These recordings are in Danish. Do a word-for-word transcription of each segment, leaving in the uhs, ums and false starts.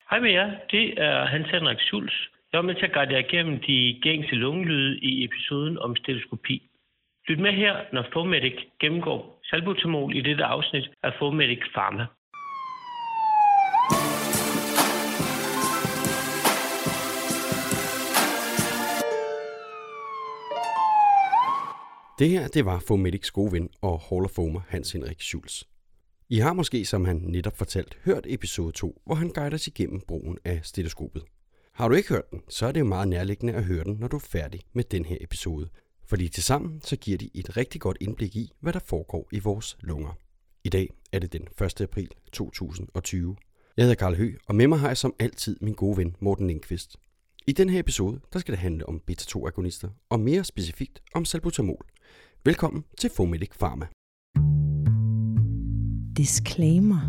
Hej med jer, det er Hans Henrik Schultz. Jeg er med til at guide jer igennem de gængse lungelyde i episoden om stetoskopi. Lyt med her, når Fomedic gennemgår salbutamol i dette afsnit af Fomedic Pharma. Det her, det var Fomedics gode ven og Hall of Famer Hans Henrik Schultz. I har måske, som han netop fortalt, hørt episode to, hvor han guider os igennem brugen af stetoskopet. Har du ikke hørt den, så er det jo meget nærliggende at høre den, når du er færdig med den her episode. Fordi tilsammen så giver de et rigtig godt indblik i, hvad der foregår i vores lunger. I dag er det den første april to tusind og tyve. Jeg hedder Karl Høgh, og med mig har jeg som altid min gode ven Morten Lindqvist. I den her episode, der skal det handle om beta to agonister, og mere specifikt om salbutamol. Velkommen til Fomedic Pharma. Disclaimer.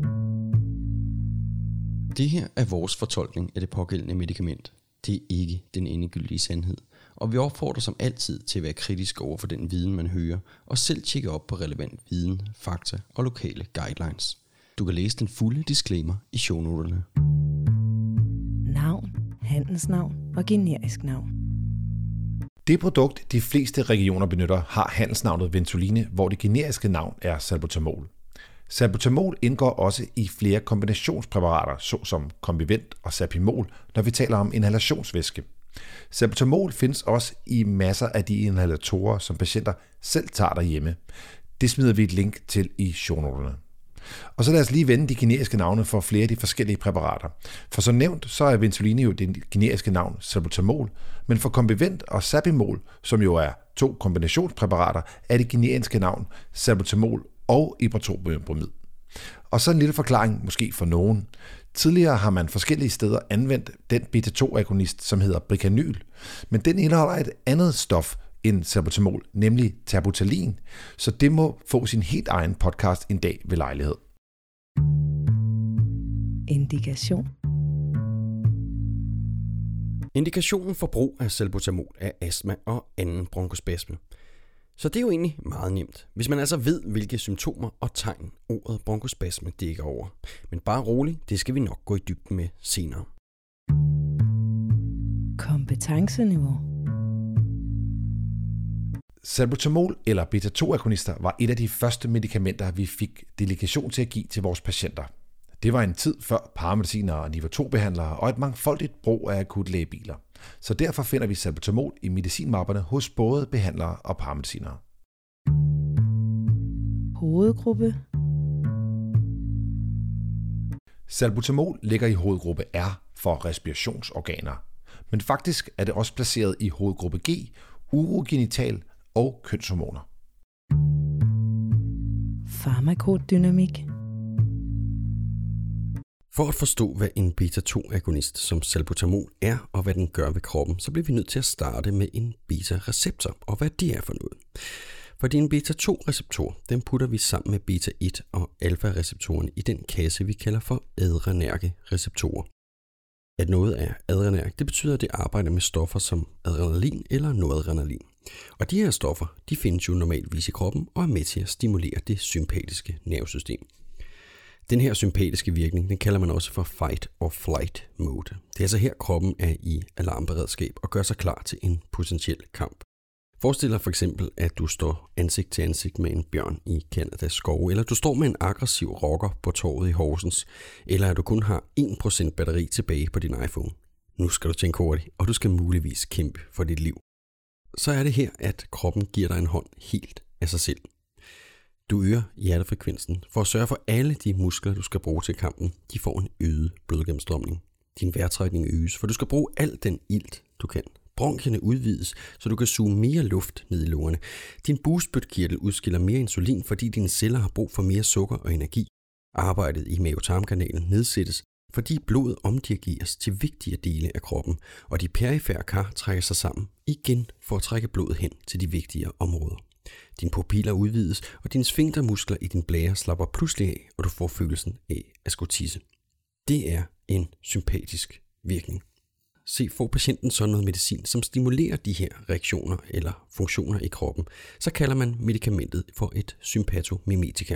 Det her er vores fortolkning af det pågældende medicament. Det er ikke den endegyldige sandhed. Og vi opfordrer som altid til at være kritisk over for den viden, man hører, og selv tjekke op på relevant viden, fakta og lokale guidelines. Du kan læse den fulde disclaimer i shownoterne. Navn, handelsnavn og generisk navn. Det produkt, de fleste regioner benytter, har handelsnavnet Ventoline, hvor det generiske navn er salbutamol. Salbutamol indgår også i flere kombinationspræparater, såsom Combivent og Sapimol, når vi taler om inhalationsvæske. Salbutamol findes også i masser af de inhalatorer, som patienter selv tager derhjemme. Det smider vi et link til i shownoterne. Og så lad os lige vende de generiske navne for flere af de forskellige præparater. For som nævnt, så er Ventoline jo det generiske navn salbutamol, men for Combivent og Sapimol, som jo er to kombinationspræparater, er det generiske navn salbutamol og ipratropiumbromid. Og så en lille forklaring måske for nogen. Tidligere har man forskellige steder anvendt den beta to agonist, som hedder Bricanyl, men den indeholder et andet stof end salbutamol, nemlig terbutalin, så det må få sin helt egen podcast en dag ved lejlighed. Indikation. Indikationen for brug af salbutamol er astma og anden bronkospasme. Så det er jo egentlig meget nemt, hvis man altså ved, hvilke symptomer og tegn ordet bronkospasme dækker over. Men bare rolig, det skal vi nok gå i dybden med senere. Kompetenceniveau. Salbutamol eller beta to agonister var et af de første medicamenter, vi fik delegation til at give til vores patienter. Det var en tid før paramediciner og niveau to behandlere og et mangfoldigt brug af akutlægebiler. Så derfor finder vi salbutamol i medicinmapperne hos både behandlere og paramedicinere. Hovedgruppe. Salbutamol ligger i hovedgruppe R for respirationsorganer, men faktisk er det også placeret i hovedgruppe G, urogenital og kønshormoner. Farmakodynamik. For at forstå, hvad en beta to agonist som salbutamol er, og hvad den gør ved kroppen, så bliver vi nødt til at starte med en beta-receptor, og hvad det er for noget. Fordi en beta to receptor, den putter vi sammen med beta et og alfa-receptoren i den kasse, vi kalder for adrenerge receptorer. At noget er adrenerg, det betyder, at det arbejder med stoffer som adrenalin eller noradrenalin. Og de her stoffer, de findes jo normalvis i kroppen og er med til at stimulere det sympatiske nervesystem. Den her sympatiske virkning, den kalder man også for fight or flight mode. Det er altså her, kroppen er i alarmberedskab og gør sig klar til en potentiel kamp. Forestil dig for eksempel, at du står ansigt til ansigt med en bjørn i Canadas skove, eller du står med en aggressiv rocker på torvet i Horsens, eller at du kun har en procent batteri tilbage på din iPhone. Nu skal du tænke hurtigt, og du skal muligvis kæmpe for dit liv. Så er det her, at kroppen giver dig en hånd helt af sig selv. Du øger hjertefrekvensen for at sørge for, at alle de muskler, du skal bruge til kampen, de får en øget blodgennemstrømning. Din vejrtrækning øges, for du skal bruge al den ilt, du kan. Bronkierne udvides, så du kan suge mere luft ned i lungerne. Din bugspytkirtel udskiller mere insulin, fordi dine celler har brug for mere sukker og energi. Arbejdet i mavetarmkanalen nedsættes, fordi blodet omdirigeres til vigtige dele af kroppen, og de perifære kar trækker sig sammen igen for at trække blodet hen til de vigtigere områder. Dine pupiller udvides, og dine sfinktermuskler i din blære slapper pludselig af, og du får følelsen af at skulle tisse. Det er en sympatisk virkning. Se, får patienten så noget medicin, som stimulerer de her reaktioner eller funktioner i kroppen, så kalder man medicamentet for et sympatomimetika,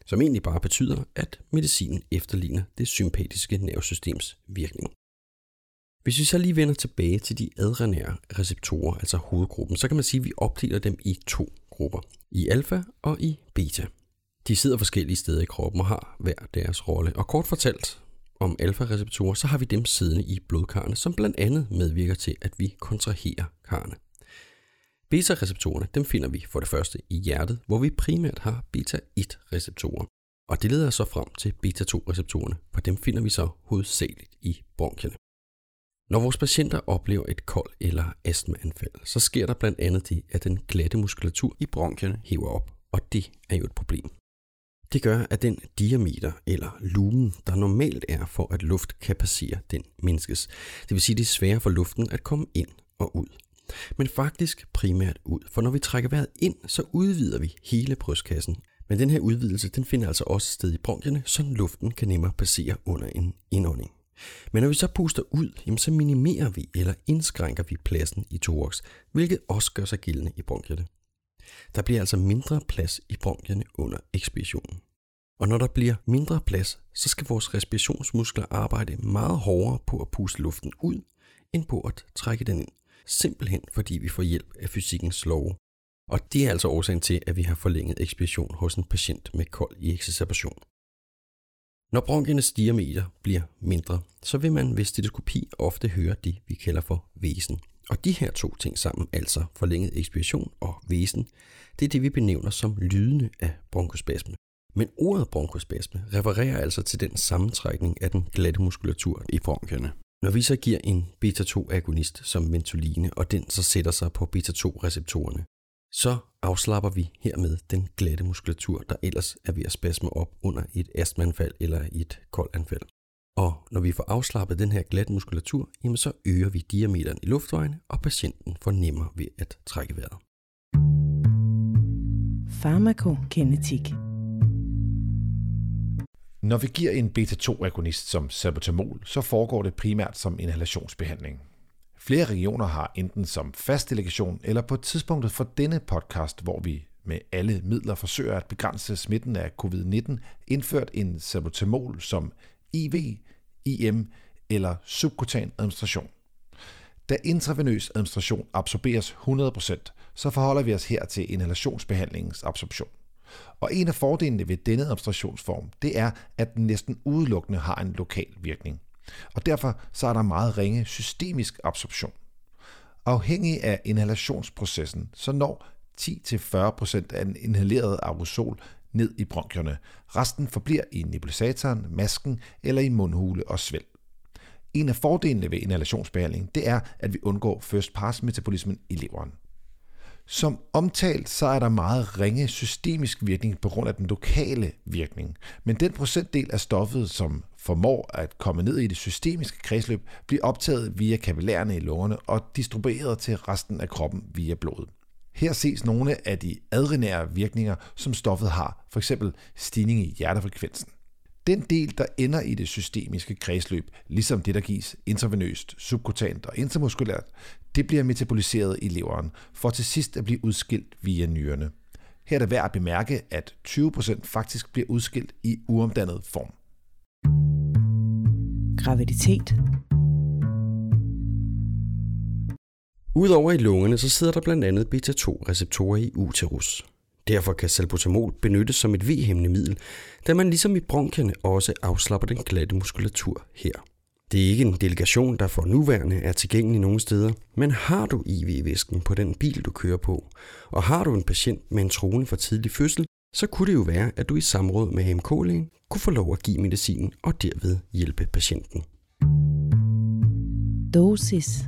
som egentlig bare betyder, at medicinen efterligner det sympatiske nervesystems virkning. Hvis vi så lige vender tilbage til de adrenære receptorer, altså hovedgruppen, så kan man sige, at vi opdeler dem i to grupper, i alfa og i beta. De sidder forskellige steder i kroppen og har hver deres rolle, og kort fortalt om alfa-receptorer, så har vi dem siddende i blodkarrene, som blandt andet medvirker til, at vi kontraherer karrene. Beta-receptorerne, dem finder vi for det første i hjertet, hvor vi primært har beta et receptorer. Og det leder så frem til beta to receptorerne, for dem finder vi så hovedsageligt i bronkierne. Når vores patienter oplever et kold eller astmaanfald, så sker der blandt andet det, at den glatte muskulatur i bronkierne hæver op, og det er jo et problem. Det gør, at den diameter eller lumen, der normalt er for at luft kan passere, den mindskes. Det vil sige, at det er sværere for luften at komme ind og ud. Men faktisk primært ud, for når vi trækker vejret ind, så udvider vi hele brystkassen. Men den her udvidelse, den finder altså også sted i bronkierne, så luften kan nemmere passere under en indånding. Men når vi så puster ud, jamen så minimerer vi eller indskrænker vi pladsen i thorax, hvilket også gør sig gældende i bronkierne. Der bliver altså mindre plads i bronkierne under ekspirationen. Og når der bliver mindre plads, så skal vores respirationsmuskler arbejde meget hårdere på at puste luften ud, end på at trække den ind. Simpelthen fordi vi får hjælp af fysikkens love. Og det er altså årsagen til, at vi har forlænget ekspiration hos en patient med kold i exacerbation. Når bronkiernes diameter bliver mindre, så vil man ved stetoskopi ofte høre det, vi kalder for væsen. Og de her to ting sammen, altså forlænget ekspiration og væsen, det er det, vi benævner som lydene af bronkospasme. Men ordet bronkospasme refererer altså til den sammentrækning af den glatte muskulatur i bronkierne. Når vi så giver en beta to agonist som Ventoline, og den så sætter sig på beta to receptorerne, så afslapper vi hermed den glatte muskulatur, der ellers er ved at spasme op under et astmaanfald eller et koldanfald. Og når vi får afslappet den her glatte muskulatur, jamen så øger vi diameteren i luftvejene, og patienten får nemmere ved at trække vejret. Farmakokinetik. Når vi giver en beta to agonist som salbutamol, så foregår det primært som inhalationsbehandling. Flere regioner har enten som fast delegation eller på tidspunktet for denne podcast, hvor vi med alle midler forsøger at begrænse smitten af covid nitten, indført en salbutamol som I V, I M eller subkutan administration. Da intravenøs administration absorberes hundrede procent, så forholder vi os her til inhalationsbehandlingens absorption. Og en af fordelene ved denne administrationsform, det er, at den næsten udelukkende har en lokal virkning. Og derfor så er der meget ringe systemisk absorption. Afhængig af inhalationsprocessen, så når ti til fyrre procent af den inhalerede aerosol ned i bronkierne. Resten forbliver i nebulizatoren, masken eller i mundhule og svælg. En af fordelene ved inhalationsbehandling, det er, at vi undgår first pass metabolismen i leveren. Som omtalt, så er der meget ringe systemisk virkning på grund af den lokale virkning, men den procentdel af stoffet, som formår at komme ned i det systemiske kredsløb, bliver optaget via kapillærerne i lungerne og distribueret til resten af kroppen via blodet. Her ses nogle af de adrenære virkninger, som stoffet har, f.eks. stigning i hjertefrekvensen. Den del, der ender i det systemiske kredsløb, ligesom det, der gives intravenøst, subkutant og intramuskulært, det bliver metaboliseret i leveren, for til sidst at blive udskilt via nyrerne. Her er det værd at bemærke, at tyve procent faktisk bliver udskilt i uomdannet form. Graviditet. Udover i lungerne, så sidder der blandt andet beta to receptorer i uterus. Derfor kan salbutamol benyttes som et V-hæmmende middel, da man ligesom i bronkierne også afslapper den glatte muskulatur her. Det er ikke en delegation, der for nuværende er tilgængelig nogle steder, men har du I V-væsken på den bil, du kører på, og har du en patient med en truende for tidlig fødsel, så kunne det jo være, at du i samråd med A M K-lægen kunne få lov at give medicinen og derved hjælpe patienten. Dosis.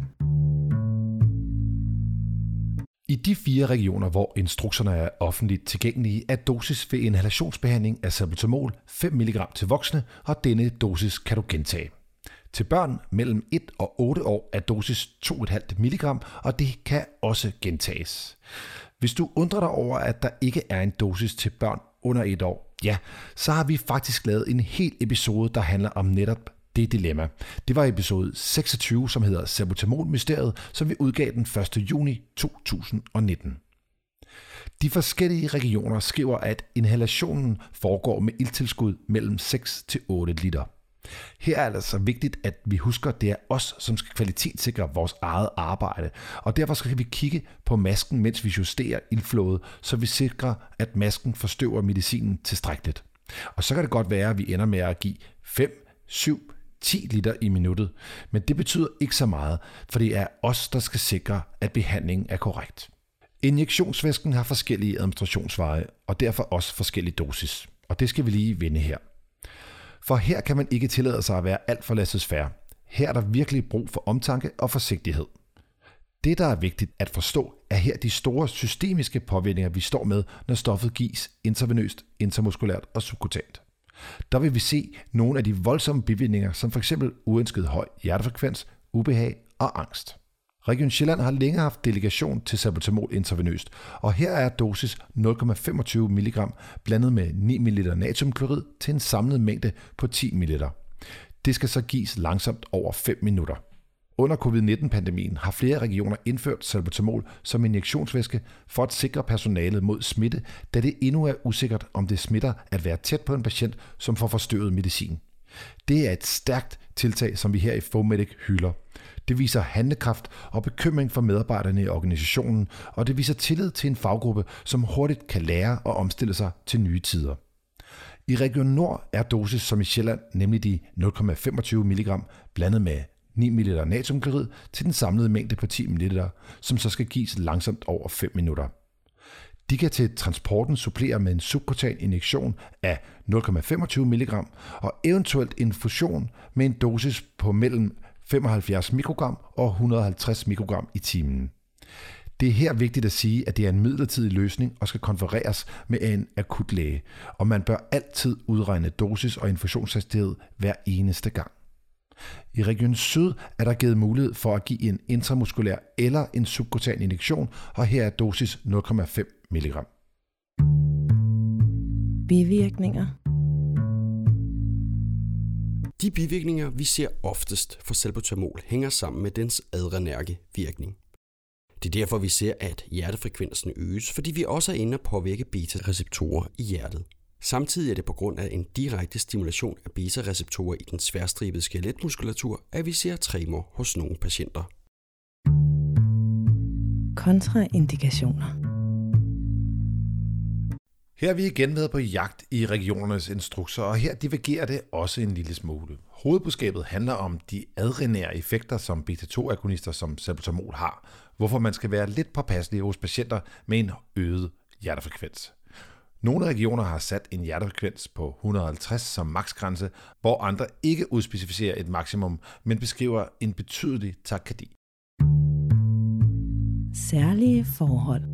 I de fire regioner, hvor instrukserne er offentligt tilgængelige, er dosis ved inhalationsbehandling af salbutamol fem milligram til voksne, og denne dosis kan du gentage. Til børn mellem et og otte år er dosis to komma fem milligram, og det kan også gentages. Hvis du undrer dig over, at der ikke er en dosis til børn under et år, ja, så har vi faktisk lavet en hel episode, der handler om netop det dilemma. Det var episode seksogtyve, som hedder Salbutamol-mysteriet, som vi udgav den første juni to tusind og nitten. De forskellige regioner skriver, at inhalationen foregår med ilttilskud mellem seks til otte liter. Her er det altså vigtigt, at vi husker, at det er os, som skal kvalitetssikre vores eget arbejde, og derfor skal vi kigge på masken, mens vi justerer ildflowet, så vi sikrer, at masken forstøver medicinen tilstrækkeligt. Og så kan det godt være, at vi ender med at give fem, syv, ti liter i minuttet, men det betyder ikke så meget, for det er os, der skal sikre, at behandlingen er korrekt. Injektionsvæsken har forskellige administrationsveje, og derfor også forskellige dosis, og det skal vi lige vende her. For her kan man ikke tillade sig at være alt for laissez-faire. Her er der virkelig brug for omtanke og forsigtighed. Det, der er vigtigt at forstå, er her de store systemiske påvirkninger, vi står med, når stoffet gives intravenøst, intramuskulært og subkutant. Der vil vi se nogle af de voldsomme bivirkninger, som f.eks. uønsket høj hjertefrekvens, ubehag og angst. Region Sjælland har længe haft delegation til salbutamol intravenøst, og her er dosis nul komma femogtyve milligram blandet med ni milliliter natriumklorid til en samlet mængde på ti milliliter. Det skal så gives langsomt over fem minutter. Under covid nitten-pandemien har flere regioner indført salbutamol som injektionsvæske for at sikre personalet mod smitte, da det endnu er usikkert, om det smitter at være tæt på en patient, som får forstyrret medicin. Det er et stærkt tiltag, som vi her i Fomedic hylder. Det viser handlekraft og bekymring for medarbejderne i organisationen, og det viser tillid til en faggruppe, som hurtigt kan lære og omstille sig til nye tider. I Region Nord er dosis som i Sjælland nemlig de nul komma femogtyve milligram blandet med ni milliliter natriumklorid til den samlede mængde på ti milliliter, som så skal gives langsomt over fem minutter. De kan til transporten supplere med en subkutan injektion af nul komma femogtyve milligram og eventuelt en fusion med en dosis på mellem femoghalvfjerds mikrogram og et hundrede og halvtreds mikrogram i timen. Det er her vigtigt at sige, at det er en midlertidig løsning og skal konfereres med en akut læge, og man bør altid udregne dosis og infusionshastighed hver eneste gang. I Region Syd er der givet mulighed for at give en intramuskulær eller en subkutan injektion, og her er dosis nul komma fem milligram. Bivirkninger. De bivirkninger, vi ser oftest for salbutamol, hænger sammen med dens adrenerge virkning. Det er derfor, vi ser, at hjertefrekvensen øges, fordi vi også er inde at påvirke beta-receptorer i hjertet. Samtidig er det på grund af en direkte stimulation af beta-receptorer i den tværstribede skeletmuskulatur, at vi ser tremor hos nogle patienter. Kontraindikationer. Her er vi igen været på jagt i regionernes instrukser, og her divergerer det også en lille smule. Hovedbudskabet handler om de adrenære effekter, som beta to agonister som salbutamol har, hvorfor man skal være lidt påpasselig hos patienter med en øget hjertefrekvens. Nogle regioner har sat en hjertefrekvens på et hundrede og halvtreds som maksgrænse, hvor andre ikke udspecificerer et maksimum, men beskriver en betydelig takykardi. Særlige forhold.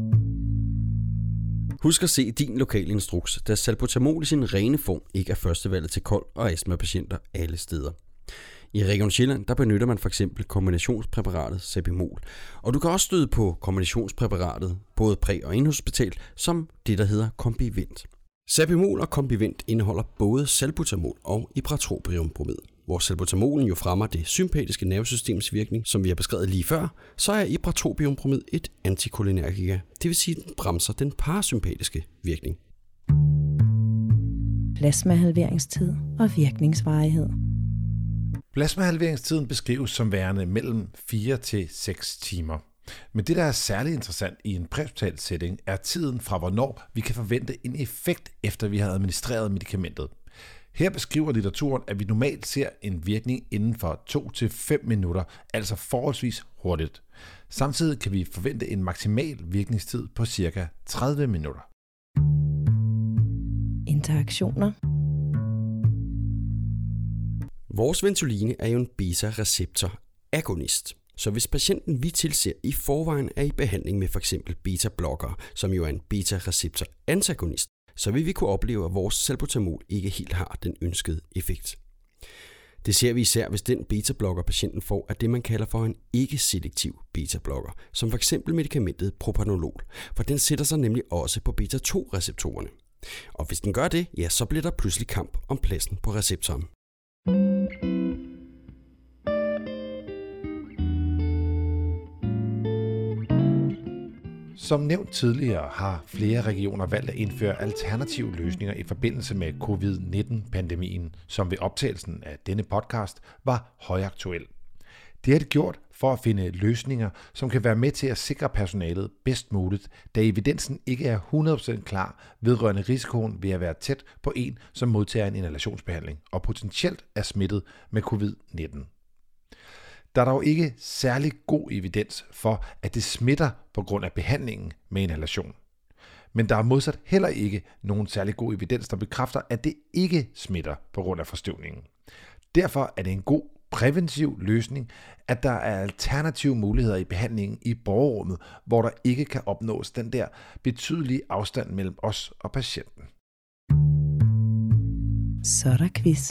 Husk at se din lokale instruks, da salbutamol i sin rene form ikke er førstevalget til kold- og astmapatienter alle steder. I Region Sjælland der benytter man for eksempel kombinationspræparatet Sabimol, og du kan også støde på kombinationspræparatet både præ- og inhospital som det der hedder Combivent. Sabimol og Combivent indeholder både salbutamol og ipratropiumbromid. Hvor salbutamolen jo fremmer det sympatiske nervesystems virkning, som vi har beskrevet lige før, så er ipratropiumbromid et anticholinergika, det vil sige, at den bremser den parasympatiske virkning. Plasmahalveringstid og virkningsvarighed. Plasmahalveringstiden beskrives som værende mellem fire til seks timer. Men det, der er særligt interessant i en præhospital setting, er tiden fra hvornår vi kan forvente en effekt, efter vi har administreret medicamentet. Her beskriver litteraturen, at vi normalt ser en virkning inden for to til fem minutter, altså forholdsvis hurtigt. Samtidig kan vi forvente en maksimal virkningstid på ca. tredive minutter. Interaktioner. Vores Ventoline er jo en beta-receptor-agonist. Så hvis patienten vi tilser i forvejen er i behandling med f.eks. beta-blokkere, som jo er en beta-receptor-antagonist, så vil vi kunne opleve, at vores salbutamol ikke helt har den ønskede effekt. Det ser vi især, hvis den beta-blokker patienten får, er det, man kalder for en ikke-selektiv beta-blokker, som f.eks. medicamentet propranolol, for den sætter sig nemlig også på beta to receptorerne. Og hvis den gør det, ja, så bliver der pludselig kamp om pladsen på receptoren. Som nævnt tidligere har flere regioner valgt at indføre alternative løsninger i forbindelse med covid nitten-pandemien, som ved optagelsen af denne podcast var højaktuel. Det har det gjort for at finde løsninger, som kan være med til at sikre personalet bedst muligt, da evidensen ikke er hundrede procent klar vedrørende risikoen ved at være tæt på en, som modtager en inhalationsbehandling og potentielt er smittet med covid nitten. Der er dog ikke særlig god evidens for, at det smitter på grund af behandlingen med inhalation. Men der er modsat heller ikke nogen særlig god evidens, der bekræfter, at det ikke smitter på grund af forstøvningen. Derfor er det en god præventiv løsning, at der er alternative muligheder i behandlingen i borgerrummet, hvor der ikke kan opnås den der betydelige afstand mellem os og patienten. Så er der quiz.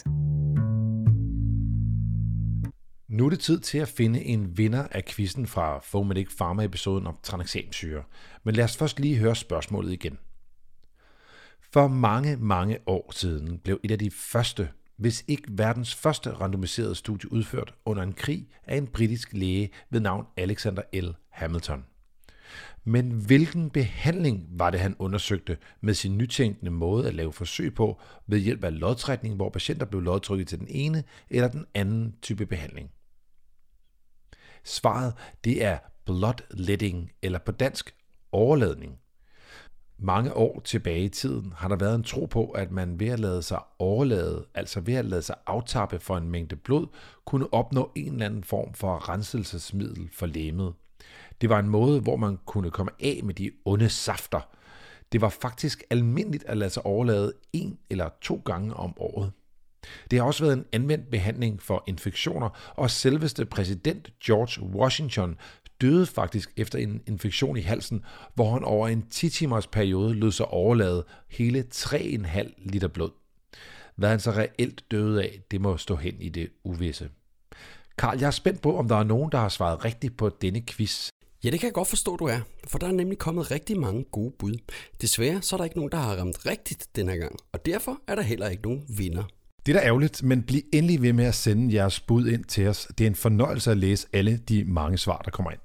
Nu er det tid til at finde en vinder af quizzen fra Fomedic Pharma-episoden om tranexamsyre. Men lad os først lige høre spørgsmålet igen. For mange, mange år siden blev et af de første, hvis ikke verdens første randomiserede studie udført under en krig af en britisk læge ved navn Alexander L. Hamilton. Men hvilken behandling var det, han undersøgte med sin nytænkende måde at lave forsøg på ved hjælp af lodtrækning, hvor patienter blev lodtrykket til den ene eller den anden type behandling? Svaret, det er bloodletting, eller på dansk overladning. Mange år tilbage i tiden har der været en tro på, at man ved at lade sig overlade, altså ved at lade sig aftappe for en mængde blod, kunne opnå en eller anden form for renselsesmiddel for legemet. Det var en måde, hvor man kunne komme af med de onde safter. Det var faktisk almindeligt at lade sig overlade en eller to gange om året. Det har også været en anvendt behandling for infektioner, og selveste præsident George Washington døde faktisk efter en infektion i halsen, hvor han over en ti timers periode lod sig overlade hele tre komma fem liter blod. Hvad han så reelt døde af, det må stå hen i det uvisse. Karl, jeg er spændt på, om der er nogen, der har svaret rigtigt på denne quiz. Ja, det kan jeg godt forstå, du er, for der er nemlig kommet rigtig mange gode bud. Desværre så er der ikke nogen, der har ramt rigtigt den her gang, og derfor er der heller ikke nogen vinder. Det er da ærgerligt, men bliv endelig ved med at sende jeres bud ind til os. Det er en fornøjelse at læse alle de mange svar, der kommer ind.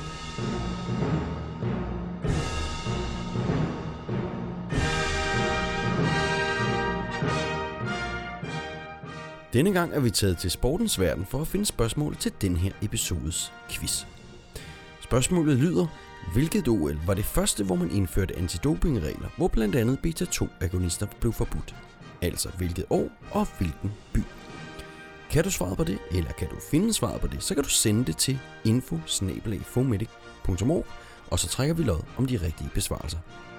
Denne gang er vi taget til sportens verden for at finde spørgsmål til den her episodes quiz. Spørgsmålet lyder: hvilket O L var det første, hvor man indførte antidopingregler, hvor blandt andet beta to agonister blev forbudt? Altså hvilket år og hvilken by? Kan du svaret på det, eller kan du finde svaret på det, så kan du sende det til info bindestreg fomedic punktum org, og så trækker vi lod om de rigtige besvarelser.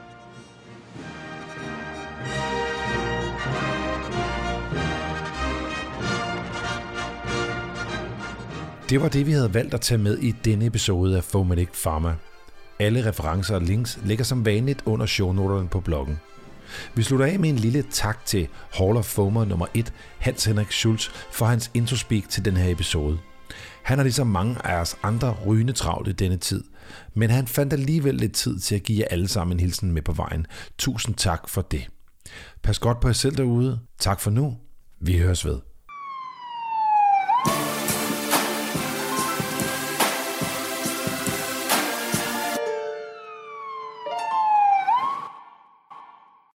Det var det, vi havde valgt at tage med i denne episode af Fomedic Pharma. Alle referencer og links ligger som vanligt under shownoterne på bloggen. Vi slutter af med en lille tak til Hall of Famer nummer et, Hans Henrik Schultz, for hans introspeak til den her episode. Han har ligesom mange af os andre rygende travlt i denne tid, men han fandt alligevel lidt tid til at give jer alle sammen en hilsen med på vejen. Tusind tak for det. Pas godt på jer selv derude. Tak for nu. Vi høres ved.